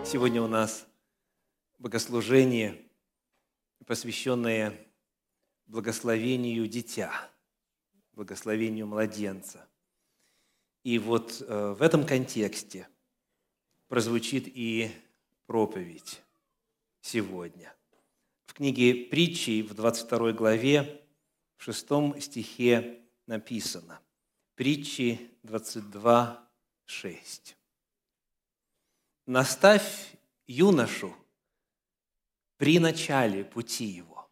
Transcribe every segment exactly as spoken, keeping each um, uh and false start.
Сегодня у нас богослужение, посвященное благословению дитя, благословению младенца. И вот э, в этом контексте прозвучит и проповедь сегодня. В книге Притчи в двадцать второй главе, в шестом стихе написано. Притчи двадцать два, шесть. «Наставь юношу при начале пути его.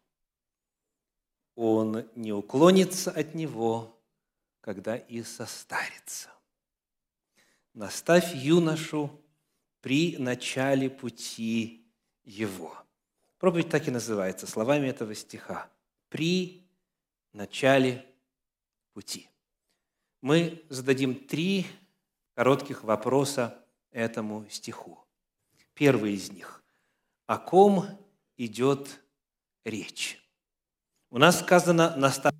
Он не уклонится от него, когда и состарится». Наставь юношу при начале пути его. Проповедь так и называется, словами этого стиха. При начале пути. Мы зададим три коротких вопроса этому стиху. Первый из них. О ком идет речь? У нас сказано наставь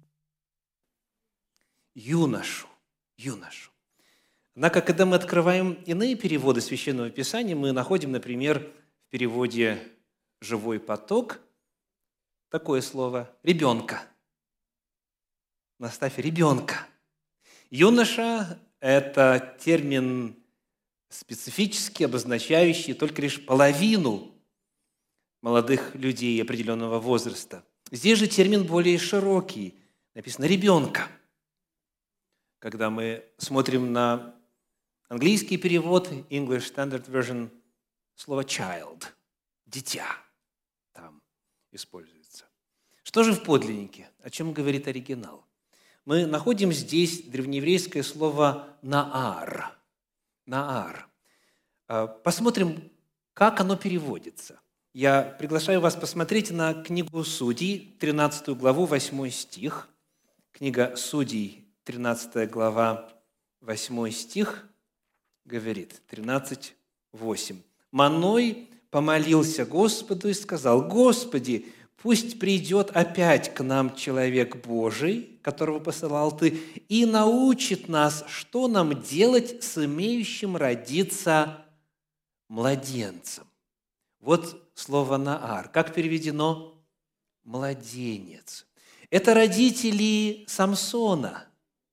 юношу, юношу. Однако, когда мы открываем иные переводы Священного Писания, мы находим, например, в переводе «Живой поток» такое слово «ребенка». Наставь ребенка. Юноша – это термин специфически обозначающий только лишь половину молодых людей определенного возраста. Здесь же термин более широкий. Написано «ребенка». Когда мы смотрим на английский перевод, English Standard Version, слово child, дитя там используется. Что же в подлиннике? О чем говорит оригинал? Мы находим здесь древнееврейское слово «наар». «Наар». Посмотрим, как оно переводится. Я приглашаю вас посмотреть на книгу Судей, тринадцатую главу, восьмой стих. Книга Судей, тринадцатая глава, восьмой стих, говорит, тринадцать, восемь. «Маной помолился Господу и сказал: Господи, пусть придет опять к нам человек Божий, которого посылал Ты, и научит нас, что нам делать с имеющим родиться младенцем». Вот слово «наар». Как переведено? Младенец. Это родители Самсона.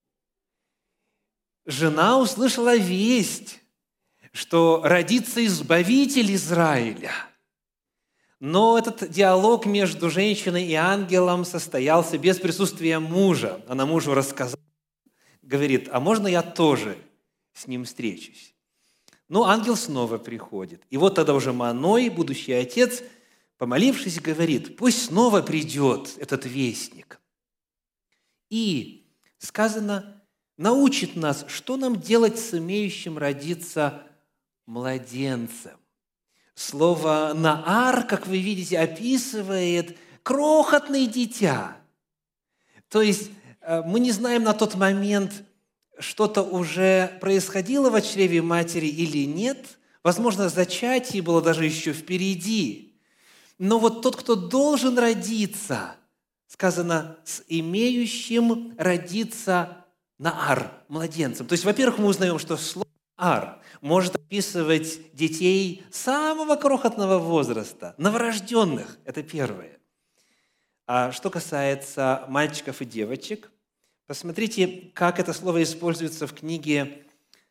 Жена услышала весть, что родится избавитель Израиля. Но этот диалог между женщиной и ангелом состоялся без присутствия мужа. Она мужу рассказала, говорит: а можно я тоже с ним встречусь? Ну, ангел снова приходит. И вот тогда уже Маной, будущий отец, помолившись, говорит: пусть снова придет этот вестник. И сказано, научит нас, что нам делать с имеющим родиться младенцем. Слово «наар», как вы видите, описывает крохотное дитя. То есть мы не знаем на тот момент, что-то уже происходило в чреве матери или нет. Возможно, зачатие было даже еще впереди. Но вот тот, кто должен родиться, сказано, с имеющим родиться наар, младенцем. То есть, во-первых, мы узнаем, что слово «наар» может описывать детей самого крохотного возраста, новорожденных. Это первое. А что касается мальчиков и девочек, посмотрите, как это слово используется в книге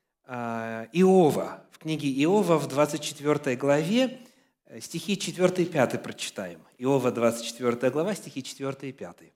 Иова. В книге Иова в двадцать четвёртой главе стихи четвёртый и пятый прочитаем. Иова, двадцать четвёртая глава, стихи четвёртый и пятый.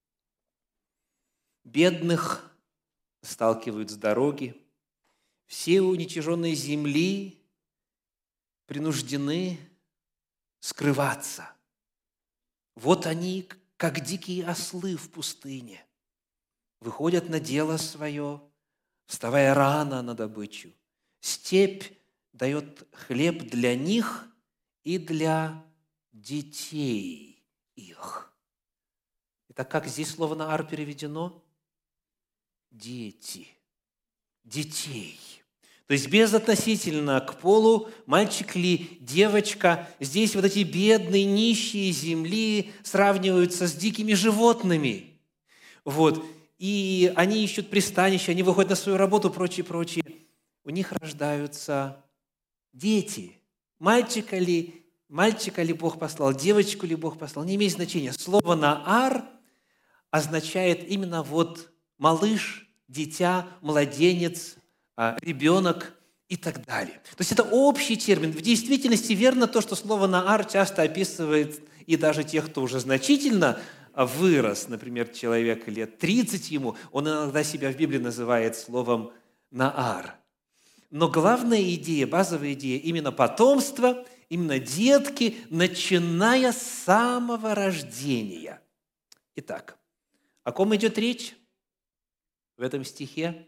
«Бедных сталкивают с дороги, все уничиженные земли принуждены скрываться. Вот они, как дикие ослы в пустыне, выходят на дело свое, вставая рано на добычу. Степь дает хлеб для них и для детей их». Итак, как здесь слово «наар» переведено? Дети. Детей. То есть безотносительно к полу, мальчик ли, девочка, здесь вот эти бедные, нищие земли сравниваются с дикими животными. Вот. И они ищут пристанище, они выходят на свою работу, прочее, прочее. У них рождаются дети, Мальчика ли, мальчика ли Бог послал, девочку ли Бог послал, не имеет значения. Слово «наар» означает именно вот малыш, дитя, младенец, а, ребенок и так далее. То есть это общий термин. В действительности верно то, что слово «наар» часто описывает и даже тех, кто уже значительно вырос, например, человек лет тридцать ему, он иногда себя в Библии называет словом «наар». Но главная идея, базовая идея именно потомство, именно детки, начиная с самого рождения. Итак, о ком идет речь в этом стихе?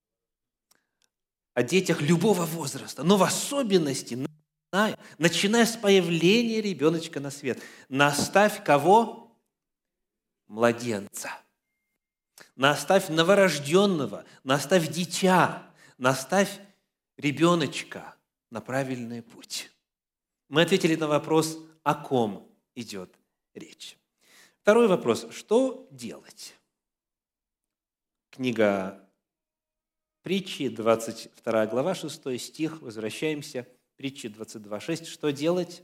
О детях любого возраста, но в особенности, начиная, начиная с появления ребеночка на свет. Наставь кого? Младенца. Наставь новорожденного, наставь дитя, наставь ребеночка на правильный путь. Мы ответили на вопрос, о ком идет речь. Второй вопрос, что делать? Книга Притчи, двадцать вторая глава, шестой стих, возвращаемся, Притчи двадцать два шесть. Что делать?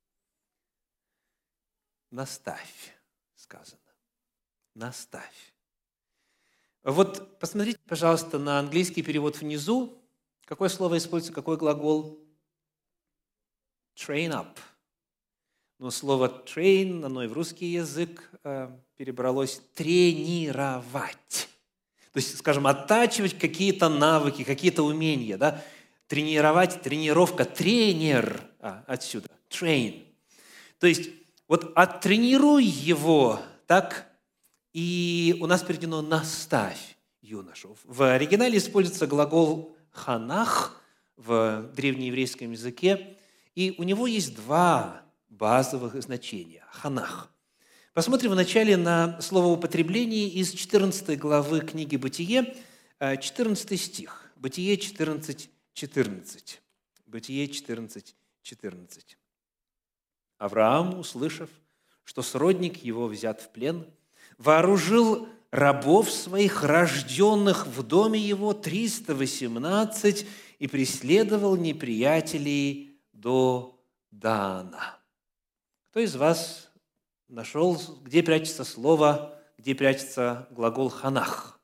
Наставь, сказано. Наставь. Вот посмотрите, пожалуйста, на английский перевод внизу. Какое слово используется, какой глагол? Train up. Но слово train, оно и в русский язык э, перебралось тренировать. То есть, скажем, оттачивать какие-то навыки, какие-то умения. Да? Тренировать, тренировка, тренер. А, отсюда, train. То есть, вот оттренируй его, так, и у нас переведено «наставь юношу». В оригинале используется глагол «ханах» в древнееврейском языке, и у него есть два базовых значения – «ханах». Посмотрим вначале на словоупотребление из четырнадцатой главы книги «Бытие», четырнадцатый стих. Бытие четырнадцать, четырнадцать. Бытие четырнадцать, четырнадцать. Авраам, услышав, что сродник его взят в плен, вооружил рабов своих, рожденных в доме его, триста восемнадцать, и преследовал неприятелей до Дана. Кто из вас нашел, где прячется слово, где прячется глагол «ханах»?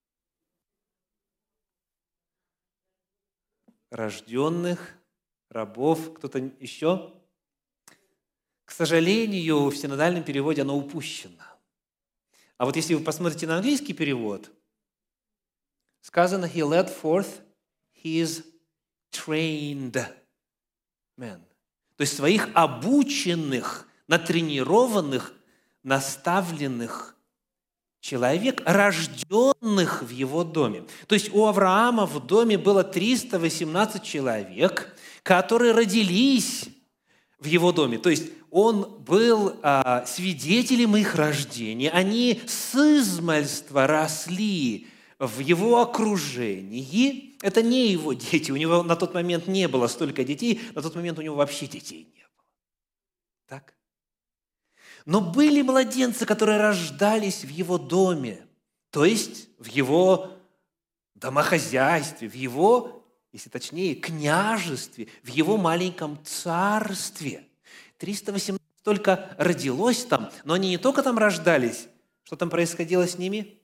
Рожденных, рабов, кто-то еще? К сожалению, в синодальном переводе оно упущено. А вот если вы посмотрите на английский перевод, сказано «He led forth his trained men». То есть своих обученных, натренированных, наставленных человек, рожденных в его доме. То есть у Авраама в доме было триста восемнадцать человек, которые родились в его доме. То есть он был а, свидетелем их рождения. Они с измальства росли в его окружении. Это не его дети. У него на тот момент не было столько детей. На тот момент у него вообще детей не было. Так? Но были младенцы, которые рождались в его доме, то есть в его домохозяйстве, в его, если точнее, княжестве, в его маленьком царстве. триста восемнадцать только родилось там, но они не только там рождались. Что там происходило с ними?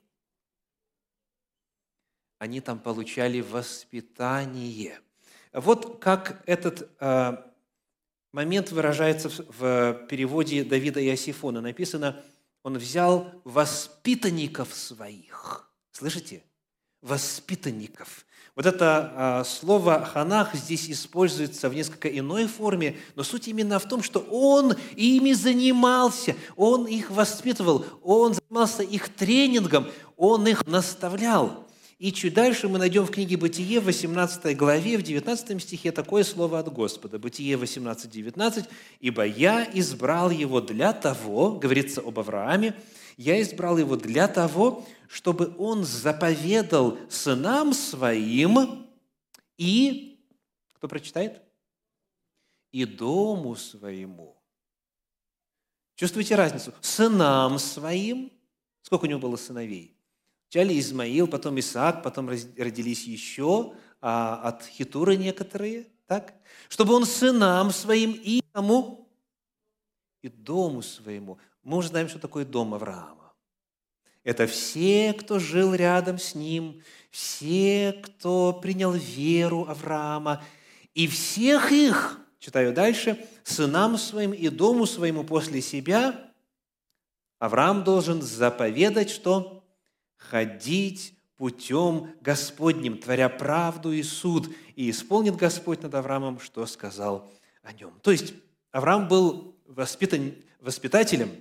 Они там получали воспитание. Вот как этот э, момент выражается в, в переводе Давида и Осифона. Написано, он взял воспитанников своих. Слышите? Воспитанников. Вот это э, слово «ханах» здесь используется в несколько иной форме, но суть именно в том, что он ими занимался, он их воспитывал, он занимался их тренингом, он их наставлял. И чуть дальше мы найдем в книге «Бытие» в восемнадцатой главе, в девятнадцатом стихе такое слово от Господа. Бытие восемнадцать девятнадцать. «Ибо я избрал его для того», говорится об Аврааме, «я избрал его для того, чтобы он заповедал сынам своим и...» Кто прочитает? «И дому своему». Чувствуете разницу? Сынам своим. Сколько у него было сыновей? Вначале Измаил, потом Исаак, потом родились еще, а от Хетуры некоторые, так? Чтобы он сынам своим и кому? И дому своему. Мы уже знаем, что такое дом Авраама. Это все, кто жил рядом с ним, все, кто принял веру Авраама, и всех их, читаю дальше, сынам своим и дому своему после себя Авраам должен заповедать, что ходить путем Господним, творя правду и суд, и исполнит Господь над Авраамом, что сказал о нем. То есть Авраам был воспитан, воспитателем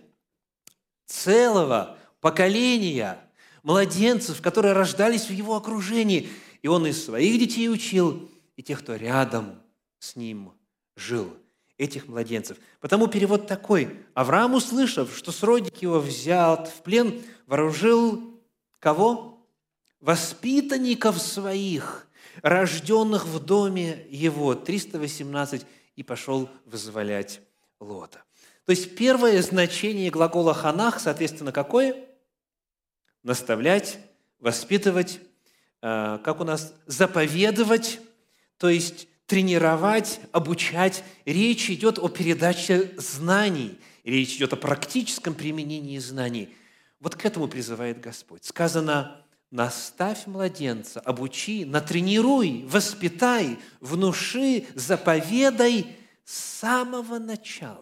целого поколения младенцев, которые рождались в его окружении. И он и своих детей учил, и тех, кто рядом с ним жил, этих младенцев. Потому перевод такой. Авраам, услышав, что сродник его взят в плен, вооружил кого? Воспитанников своих, рожденных в доме его, триста восемнадцать, и пошел вызволять Лота. То есть первое значение глагола «ханах», соответственно, какое? Наставлять, воспитывать, как у нас, заповедовать, то есть тренировать, обучать. Речь идет о передаче знаний, речь идет о практическом применении знаний. Вот к этому призывает Господь. Сказано: наставь младенца, обучи, натренируй, воспитай, внуши, заповедай с самого начала.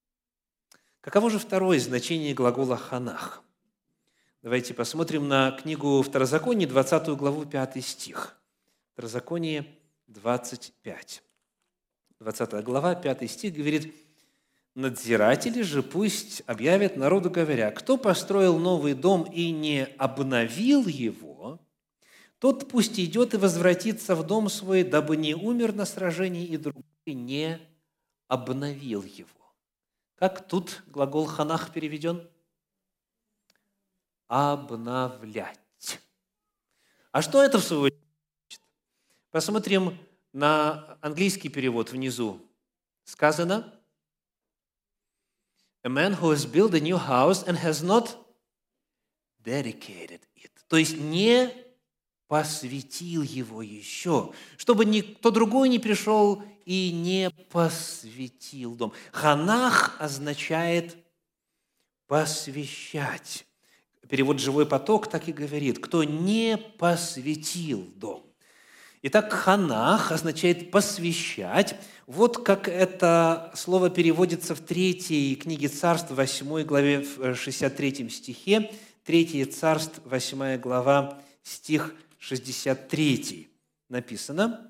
Каково же второе значение глагола «ханах»? Давайте посмотрим на книгу Второзаконие, двадцатую главу, пятый стих. Второзаконие двадцать пять. двадцатая глава, пятый стих говорит: «Надзиратели же пусть объявят народу, говоря: кто построил новый дом и не обновил его, тот пусть идет и возвратится в дом свой, дабы не умер на сражении и другой не обновил его». Как тут глагол «ханах» переведен? Обновлять. А что это в свою очередь значит? Посмотрим на английский перевод внизу. Сказано: a man who has built a new house and has not dedicated it. То есть не посвятил его еще, чтобы никто другой не пришел и не посвятил дом. Ханах означает посвящать. Перевод «Живой поток» так и говорит: кто не посвятил дом. Итак, ханах означает посвящать. Вот как это слово переводится в третьей книге Царств, восьмой главе, в шестьдесят третьем стихе. Третье Царств, восьмая глава, стих шестьдесят третий. Написано: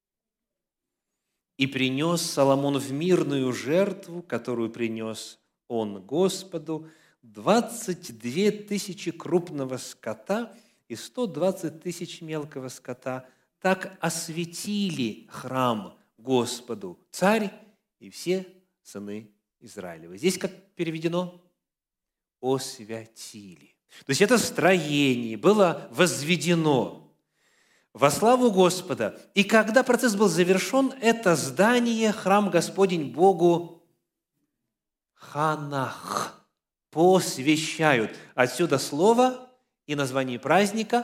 «И принес Соломон в мирную жертву, которую принес он Господу, двадцать две тысячи крупного скота и сто двадцать тысяч мелкого скота. Так осветили храм Господу царь и все сыны Израилевы». Здесь как переведено? Освятили. То есть это строение было возведено во славу Господа. И когда процесс был завершен, это здание, храм Господень Богу ханах, посвящают. Отсюда слово и название праздника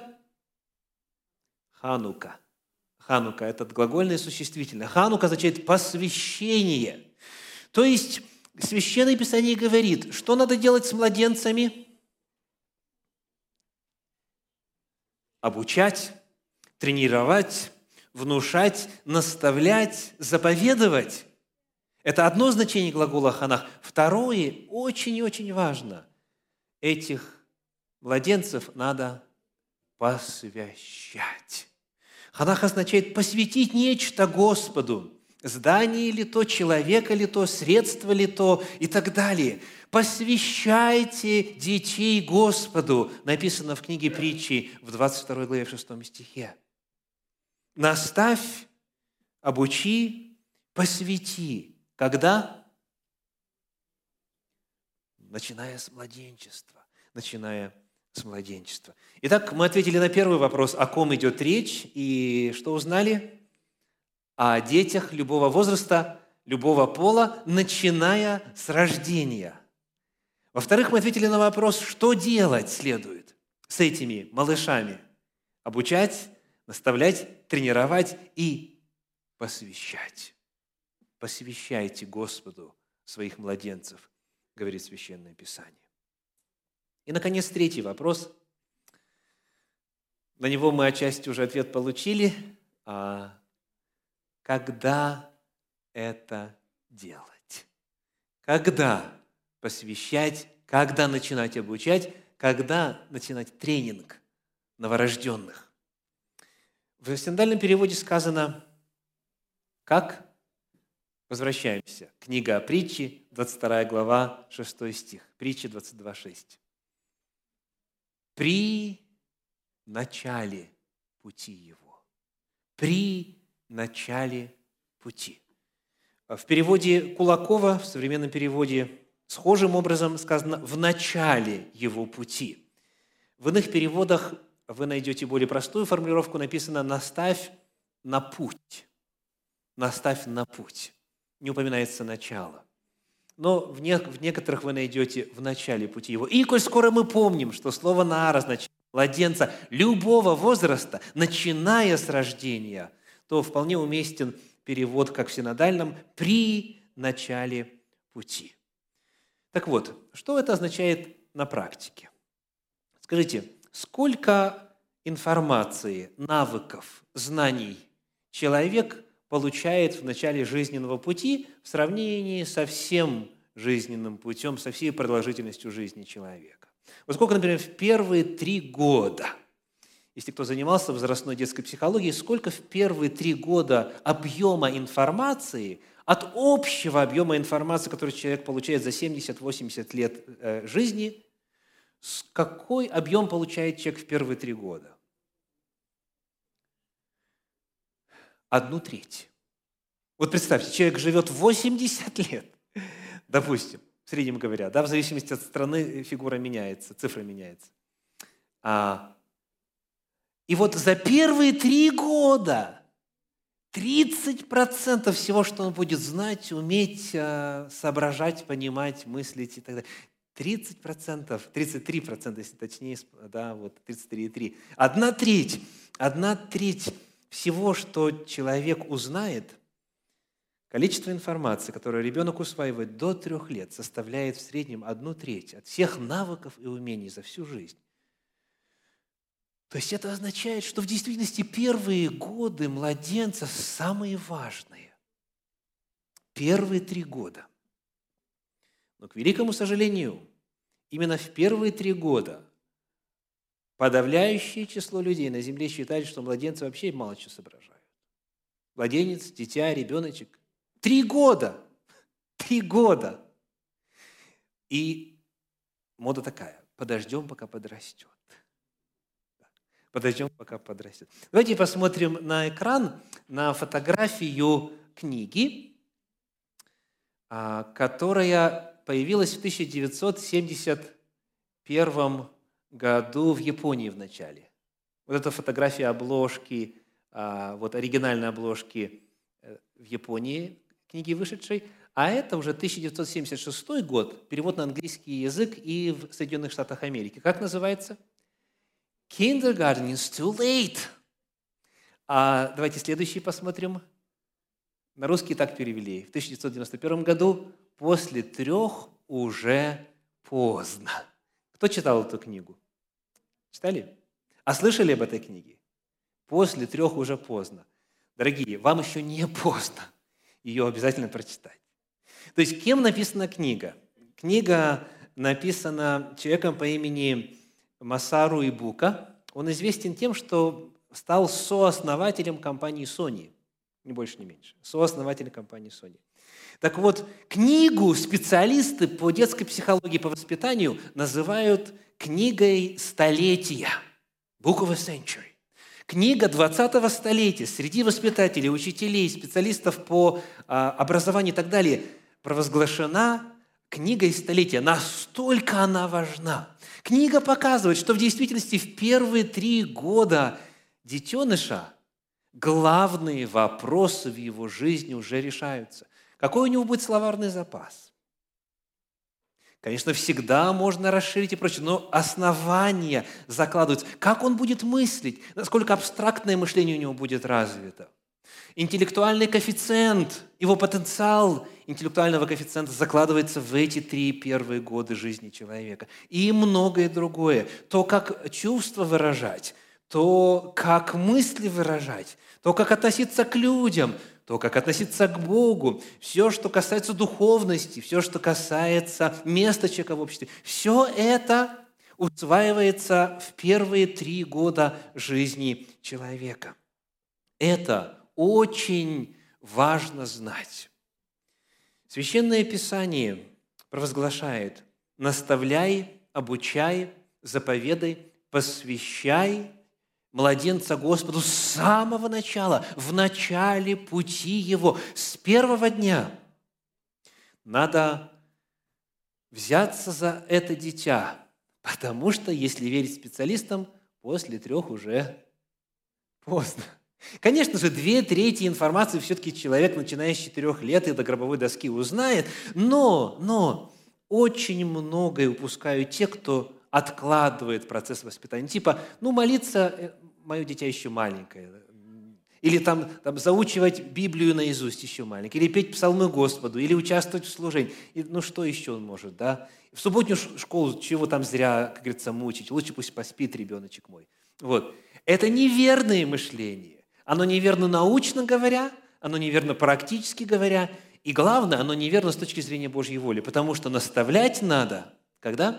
Ханука. Ханука – это глагольное существительное. Ханука означает посвящение. То есть Священное Писание говорит, что надо делать с младенцами? Обучать, тренировать, внушать, наставлять, заповедовать. Это одно значение глагола «ханах». Второе, очень и очень важно. Этих младенцев надо посвящать. Ханах означает посвятить нечто Господу. Здание ли то, человека ли то, средство ли то и так далее. Посвящайте детей Господу, написано в книге Притчи в двадцать второй главе в шестом стихе. Наставь, обучи, посвяти. Когда? Начиная с младенчества. Начиная с младенчества. Итак, мы ответили на первый вопрос, о ком идет речь, и что узнали? О детях любого возраста, любого пола, начиная с рождения. Во-вторых, мы ответили на вопрос, что делать следует с этими малышами. Обучать, наставлять, тренировать и посвящать. Посвящайте Господу своих младенцев, говорит Священное Писание. И, наконец, третий вопрос. На него мы отчасти уже ответ получили. А когда это делать? Когда посвящать, когда начинать обучать, когда начинать тренинг новорожденных? В синодальном переводе сказано, как? Возвращаемся. Книга Притчи, двадцать вторая глава, шестой стих. Притчи двадцать два шесть. При начале пути его. При начале пути. В переводе Кулакова, в современном переводе, схожим образом сказано «в начале его пути». В иных переводах вы найдете более простую формулировку, написано «наставь на путь». «Наставь на путь». Не упоминается начало. Но в, не, в некоторых вы найдете «в начале пути его». И коль скоро мы помним, что слово «наар» означает младенца любого возраста, начиная с рождения, то вполне уместен перевод, как в синодальном, «при начале пути». Так вот, что это означает на практике? Скажите, сколько информации, навыков, знаний человек получает в начале жизненного пути в сравнении со всем жизненным путем, со всей продолжительностью жизни человека? Вот сколько, например, в первые три года, если кто занимался возрастной детской психологией, сколько в первые три года объема информации от общего объема информации, который человек получает за семьдесят-восемьдесят лет э, жизни, какой объем получает человек в первые три года? Одну треть. Вот представьте, человек живет восемьдесят лет, допустим, в среднем говоря, да, в зависимости от страны фигура меняется, цифра меняется. А, и вот за первые три года тридцать процентов всего, что он будет знать, уметь а, соображать, понимать, мыслить и так далее. тридцать процентов, тридцать три процента, если точнее, да, вот тридцать три и три десятых. Одна треть, одна треть всего, что человек узнает, количество информации, которое ребенок усваивает до трех лет, составляет в среднем одну треть от всех навыков и умений за всю жизнь. То есть это означает, что в действительности первые годы младенца самые важные. Первые три года. Но, к великому сожалению, именно в первые три года подавляющее число людей на земле считает, что младенцы вообще мало чего соображают. Младенец, дитя, ребеночек. Три года. Три года. И мода такая. Подождем, пока подрастет. Подождем, пока подрастет. Давайте посмотрим на экран, на фотографию книги, которая появилась в тысяча девятьсот семьдесят первом году в Японии в начале. Вот эта фотография обложки, вот оригинальной обложки в Японии, книги вышедшей, а это уже тысяча девятьсот семьдесят шестой год, перевод на английский язык и в Соединенных Штатах Америки. Как называется? Kindergarten is too late. А давайте следующий посмотрим. На русский так перевели. В тысяча девятьсот девяносто первом году «После трех уже поздно». Кто читал эту книгу? Читали? А слышали об этой книге? «После трех уже поздно». Дорогие, вам еще не поздно ее обязательно прочитать. То есть, кем написана книга? Книга написана человеком по имени Масару Ибука. Он известен тем, что стал сооснователем компании Sony. Ни больше, ни меньше. Сооснователь компании Sony. Так вот, книгу специалисты по детской психологии, по воспитанию называют книгой столетия. Book of a Century. Книга двадцатого столетия среди воспитателей, учителей, специалистов по а, образованию и так далее провозглашена книгой столетия. Настолько она важна. Книга показывает, что в действительности в первые три года детеныша главные вопросы в его жизни уже решаются. Какой у него будет словарный запас? Конечно, всегда можно расширить и прочее, но основания закладываются. Как он будет мыслить? Насколько абстрактное мышление у него будет развито? Интеллектуальный коэффициент, его потенциал интеллектуального коэффициента закладывается в эти три первые годы жизни человека. И многое другое. То, как чувства выражать, то, как мысли выражать, то, как относиться к людям, то, как относиться к Богу, все, что касается духовности, все, что касается места человека в обществе, все это усваивается в первые три года жизни человека. Это очень важно знать. Священное Писание провозглашает: «Наставляй, обучай, заповедай, посвящай младенца Господу с самого начала, в начале пути его, с первого дня». Надо взяться за это дитя, потому что, если верить специалистам, после трех уже поздно. Конечно же, две трети информации все-таки человек, начиная с четырех лет и до гробовой доски, узнает, но, но очень многое упускают те, кто откладывает процесс воспитания. Типа, ну, молиться, мое дитя еще маленькое, или там, там заучивать Библию наизусть еще маленькое, или петь псалмы Господу, или участвовать в служении. И, ну, что еще он может, да? В субботнюю школу чего там зря, как говорится, мучить? Лучше пусть поспит ребеночек мой. Вот. Это неверное мышление. Оно неверно научно говоря, оно неверно практически говоря, и главное, оно неверно с точки зрения Божьей воли, потому что наставлять надо, когда?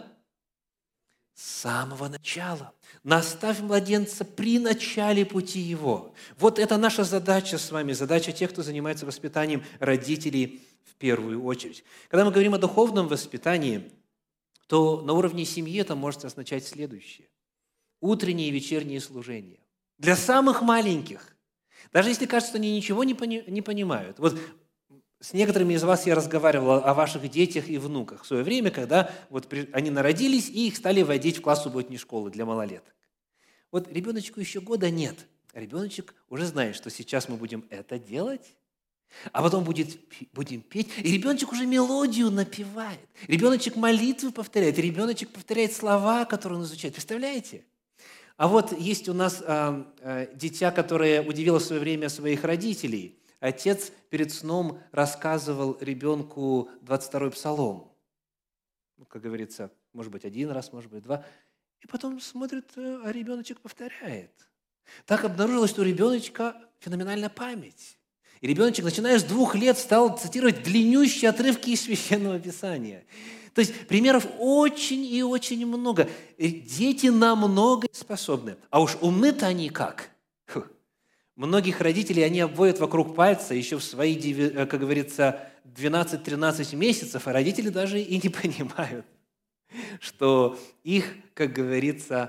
С самого начала. Наставь младенца при начале пути его. Вот это наша задача с вами, задача тех, кто занимается воспитанием, родителей в первую очередь. Когда мы говорим о духовном воспитании, то на уровне семьи это может означать следующее. Утренние и вечерние служения. Для самых маленьких. Даже если кажется, что они ничего не, пони- не понимают. Вот с некоторыми из вас я разговаривал о ваших детях и внуках в свое время, когда вот при- они народились, и их стали водить в класс субботней школы для малолеток. Вот ребеночку еще года нет, а ребеночек уже знает, что сейчас мы будем это делать, а потом будет, будем петь, и ребеночек уже мелодию напевает. Ребеночек молитвы повторяет, ребеночек повторяет слова, которые он изучает. Представляете? А вот есть у нас а, а, дитя, которое удивило в свое время своих родителей. Отец перед сном рассказывал ребенку двадцать второй псалом. Ну, как говорится, может быть, один раз, может быть, два. И потом смотрит, а ребеночек повторяет. Так обнаружилось, что у ребеночка феноменальная память. И ребеночек, начиная с двух лет, стал цитировать длиннющие отрывки из Священного Писания. То есть примеров очень и очень много. И дети на многое способны. А уж умны-то они как? Фу. Многих родителей они обводят вокруг пальца еще в свои, как говорится, двенадцать-тринадцать месяцев, а родители даже и не понимают, что их, как говорится,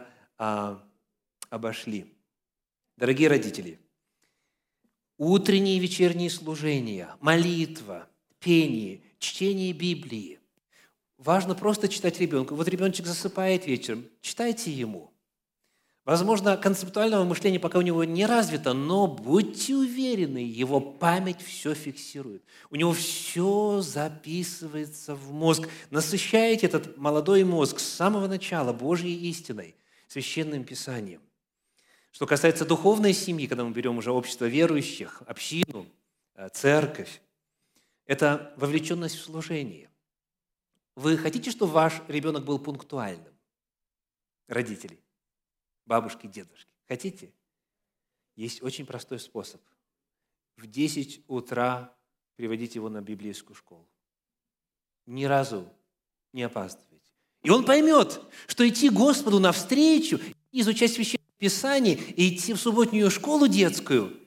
обошли. Дорогие родители, утренние и вечерние служения, молитва, пение, чтение Библии. Важно просто читать ребенку. Вот ребеночек засыпает вечером, читайте ему. Возможно, концептуального мышления пока у него не развито, но будьте уверены, его память все фиксирует. У него все записывается в мозг. Насыщайте этот молодой мозг с самого начала Божьей истиной, Священным Писанием. Что касается духовной семьи, когда мы берем уже общество верующих, общину, церковь, это вовлеченность в служение. Вы хотите, чтобы ваш ребенок был пунктуальным? Родители, бабушки, дедушки. Хотите? Есть очень простой способ. В десять утра приводить его на библейскую школу. Ни разу не опаздывайте. И он поймет, что идти Господу навстречу, изучать Священное Писание и идти в субботнюю школу детскую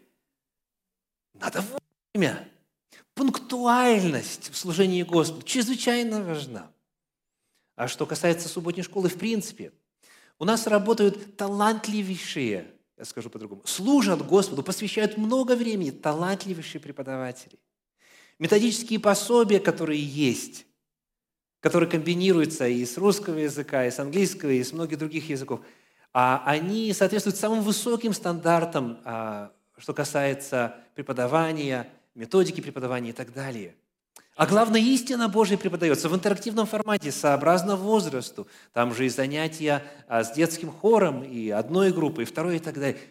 надо вовремя. Пунктуальность в служении Господу чрезвычайно важна. А что касается субботней школы в принципе, у нас работают талантливейшие, я скажу по-другому, служат Господу, посвящают много времени талантливейшие преподаватели. Методические пособия, которые есть, которые комбинируются и с русского языка, и с английского, и с многих других языков, они соответствуют самым высоким стандартам, что касается преподавания, методики преподавания и так далее. А главное, истина Божия преподается в интерактивном формате, сообразно возрасту. Там же и занятия с детским хором, и одной группой, и второй, и так далее.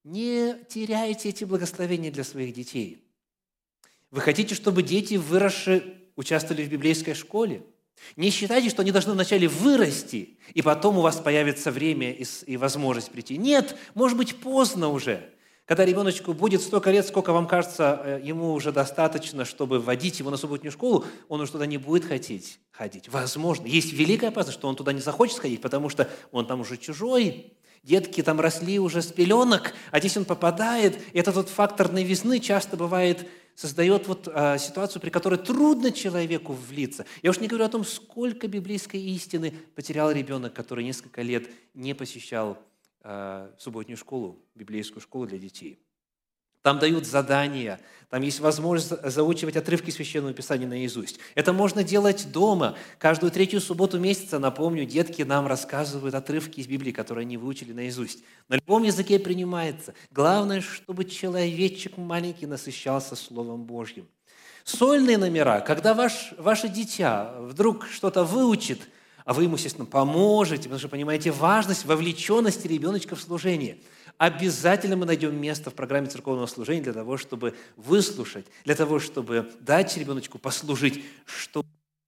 Не теряйте эти благословения для своих детей. Вы хотите, чтобы дети, выросшие, участвовали в библейской школе? Не считайте, что они должны вначале вырасти, и потом у вас появится время и, и возможность прийти. Нет, может быть, поздно уже. Когда ребеночку будет столько лет, сколько вам кажется, ему уже достаточно, чтобы вводить его на субботнюю школу, он уже туда не будет хотеть ходить. Возможно. Есть великая опасность, что он туда не захочет ходить, потому что он там уже чужой. Детки там росли уже с пеленок, а здесь он попадает. И этот вот фактор новизны часто бывает, создает вот а, ситуацию, при которой трудно человеку влиться. Я уж не говорю о том, сколько библейской истины потерял ребенок, который несколько лет не посещал а, субботнюю школу, библейскую школу для детей. Там дают задания, там есть возможность заучивать отрывки Священного Писания наизусть. Это можно делать дома. Каждую третью субботу месяца, напомню, детки нам рассказывают отрывки из Библии, которые они выучили наизусть. На любом языке принимается. Главное, чтобы человечек маленький насыщался Словом Божьим. Сольные номера, когда ваш, ваше дитя вдруг что-то выучит, а вы ему, естественно, поможете, потому что понимаете важность вовлеченности ребеночка в служение. Обязательно мы найдем место в программе церковного служения для того, чтобы выслушать, для того, чтобы дать ребеночку послужить, чтобы,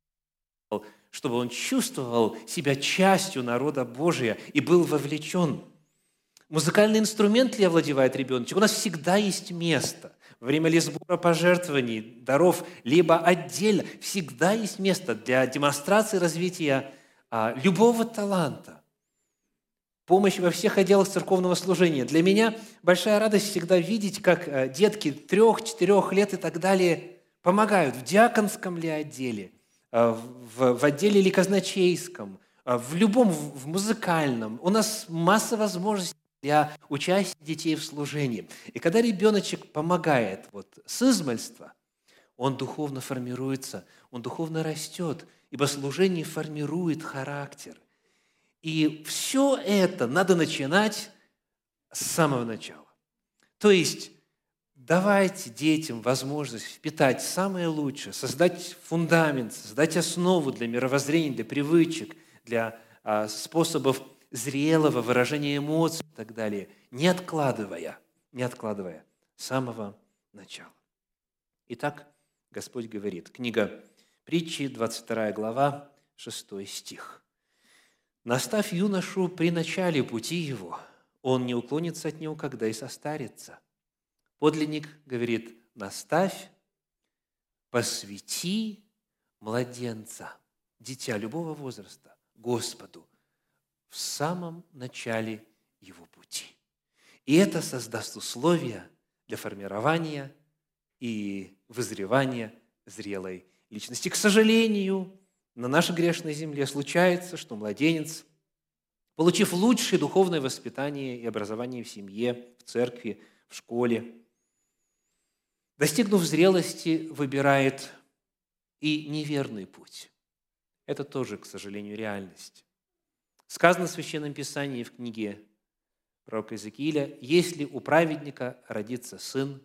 чтобы он чувствовал себя частью народа Божия и был вовлечен. Музыкальный инструмент ли овладевает ребеночек? У нас всегда есть место. Во время ли сбора пожертвований, даров, либо отдельно, всегда есть место для демонстрации развития а, любого таланта. Помощь во всех отделах церковного служения. Для меня большая радость всегда видеть, как детки трех, четырех лет и так далее помогают в диаконском ли отделе, в, в отделе ли казначейском, в любом, в музыкальном. У нас масса возможностей для участия детей в служении. И когда ребеночек помогает вот, с измальства, он духовно формируется, он духовно растет, ибо служение формирует характер. И все это надо начинать с самого начала. То есть давайте детям возможность впитать самое лучшее, создать фундамент, создать основу для мировоззрения, для привычек, для а, способов зрелого выражения эмоций и так далее, не откладывая, не откладывая с самого начала. Итак, Господь говорит, книга Притчи, двадцать вторая глава, шестой стих. «Наставь юношу при начале пути его, он не уклонится от него, когда и состарится». Подлинник говорит, наставь, посвяти младенца, дитя любого возраста, Господу в самом начале его пути. И это создаст условия для формирования и вызревания зрелой личности. К сожалению, на нашей грешной земле случается, что младенец, получив лучшее духовное воспитание и образование в семье, в церкви, в школе, достигнув зрелости, выбирает и неверный путь. Это тоже, к сожалению, реальность. Сказано в Священном Писании в книге пророка Иезекииля, «Если у праведника родится сын,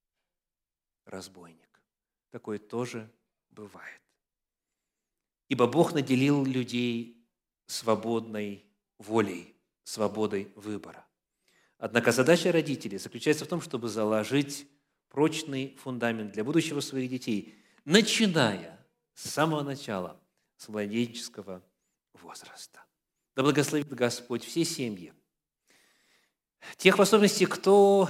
разбойник». Такое тоже бывает. Ибо Бог наделил людей свободной волей, свободой выбора. Однако задача родителей заключается в том, чтобы заложить прочный фундамент для будущего своих детей, начиная с самого начала, с младенческого возраста. Да благословит Господь все семьи. Тех, в особенности, кто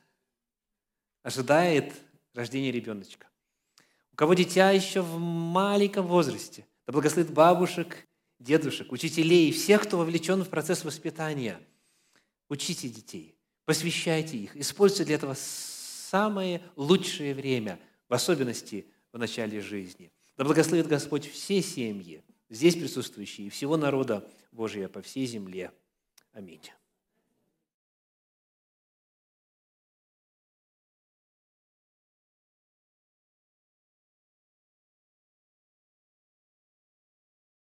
ожидает рождения ребеночка, у кого дитя еще в маленьком возрасте, да благословит бабушек, дедушек, учителей, всех, кто вовлечен в процесс воспитания. Учите детей, посвящайте их, используйте для этого самое лучшее время, в особенности в начале жизни. Да благословит Господь все семьи, здесь присутствующие, и всего народа Божия по всей земле. Аминь.